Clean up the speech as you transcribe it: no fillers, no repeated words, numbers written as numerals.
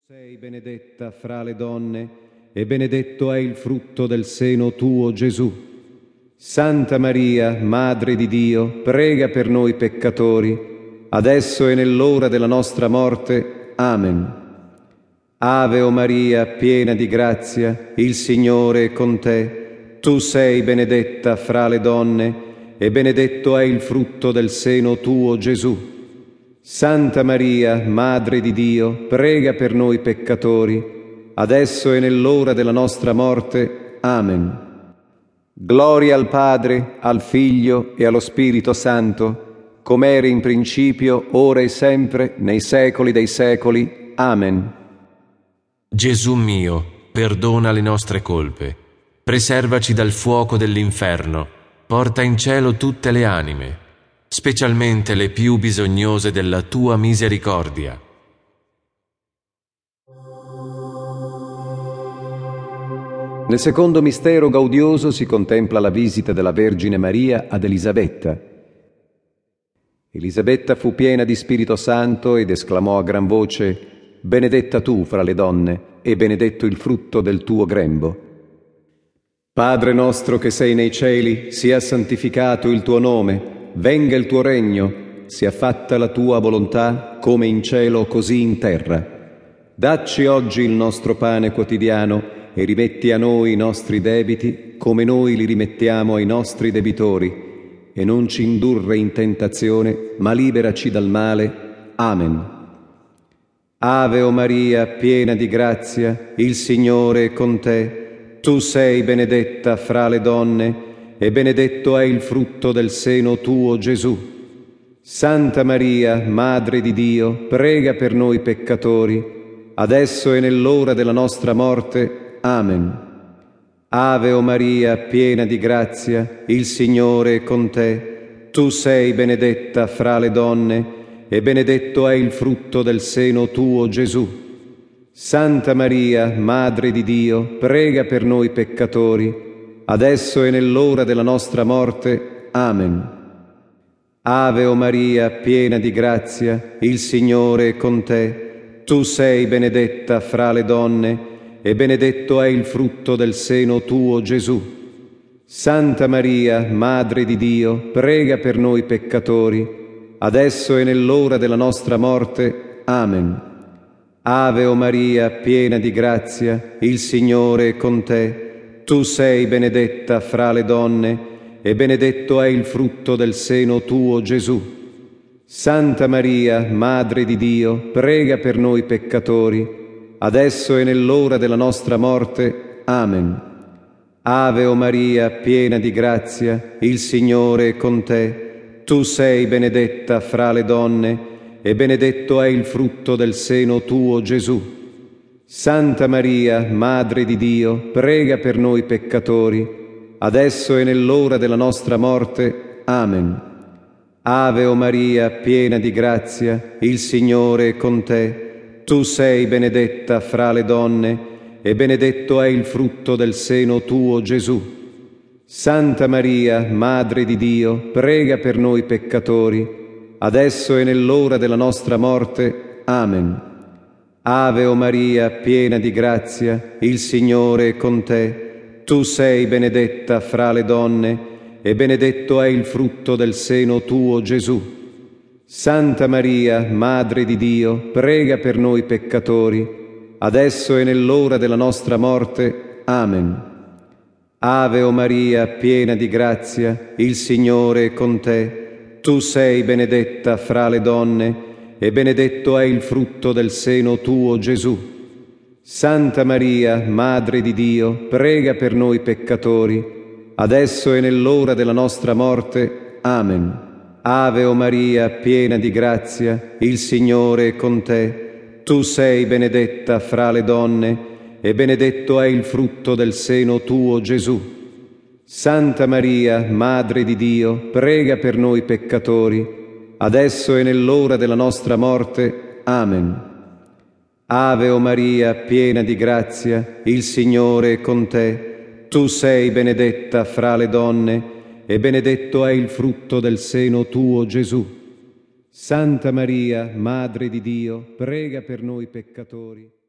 Sei benedetta fra le donne e benedetto è il frutto del seno tuo, Gesù. Santa Maria, Madre di Dio, prega per noi peccatori, adesso e nell'ora della nostra morte. Amen. Ave o Maria, piena di grazia, il Signore è con te. Tu sei benedetta fra le donne e benedetto è il frutto del seno tuo, Gesù. Santa Maria, Madre di Dio, prega per noi peccatori, adesso e nell'ora della nostra morte. Amen. Gloria al Padre, al Figlio e allo Spirito Santo, come era in principio, ora e sempre, nei secoli dei secoli. Amen. Gesù mio, perdona le nostre colpe, preservaci dal fuoco dell'inferno, porta in cielo tutte le anime, specialmente le più bisognose della tua misericordia. Nel secondo mistero gaudioso si contempla la visita della Vergine Maria ad Elisabetta. Elisabetta fu piena di Spirito Santo ed esclamò a gran voce: «Benedetta tu fra le donne, e benedetto il frutto del tuo grembo. Padre nostro che sei nei cieli, sia santificato il tuo nome, venga il tuo regno, sia fatta la tua volontà, come in cielo così in terra. Dacci oggi il nostro pane quotidiano e rimetti a noi i nostri debiti, come noi li rimettiamo ai nostri debitori, e non ci indurre in tentazione, ma liberaci dal male. Amen. Ave o Maria, piena di grazia, il Signore è con te. Tu sei benedetta fra le donne, e benedetto è il frutto del seno tuo, Gesù. Santa Maria, Madre di Dio, prega per noi peccatori, adesso e nell'ora della nostra morte. Amen. Ave o Maria, piena di grazia, il Signore è con te. Tu sei benedetta fra le donne, e benedetto è il frutto del seno tuo, Gesù. Santa Maria, Madre di Dio, prega per noi peccatori, adesso e nell'ora della nostra morte. Amen. Ave o Maria, piena di grazia, il Signore è con te. Tu sei benedetta fra le donne, e benedetto è il frutto del seno tuo, Gesù. Santa Maria, Madre di Dio, prega per noi peccatori, adesso e nell'ora della nostra morte. Amen. Ave o Maria, piena di grazia, il Signore è con te. Tu sei benedetta fra le donne, e benedetto è il frutto del seno tuo, Gesù. Santa Maria, Madre di Dio, prega per noi peccatori, adesso e nell'ora della nostra morte. Amen. Ave o Maria, piena di grazia, il Signore è con te. Tu sei benedetta fra le donne, e benedetto è il frutto del seno tuo, Gesù. Santa Maria, Madre di Dio, prega per noi peccatori, adesso e nell'ora della nostra morte. Amen. Ave o Maria, piena di grazia, il Signore è con te. Tu sei benedetta fra le donne, e benedetto è il frutto del seno tuo, Gesù. Santa Maria, Madre di Dio, prega per noi peccatori, adesso e nell'ora della nostra morte. Amen. Ave o Maria, piena di grazia, il Signore è con te. Tu sei benedetta fra le donne, e benedetto è il frutto del seno tuo, Gesù. Santa Maria, Madre di Dio, prega per noi peccatori, adesso e nell'ora della nostra morte. Amen. Ave o Maria, piena di grazia, il Signore è con te. Tu sei benedetta fra le donne, e benedetto è il frutto del seno tuo, Gesù. Santa Maria, Madre di Dio, prega per noi peccatori, adesso e nell'ora della nostra morte. Amen. Ave o Maria, piena di grazia, il Signore è con te. Tu sei benedetta fra le donne, e benedetto è il frutto del seno tuo, Gesù. Santa Maria, Madre di Dio, prega per noi peccatori, adesso e nell'ora della nostra morte. Amen. Ave o Maria, piena di grazia, il Signore è con te. Tu sei benedetta fra le donne, e benedetto è il frutto del seno tuo, Gesù. Santa Maria, Madre di Dio, prega per noi peccatori.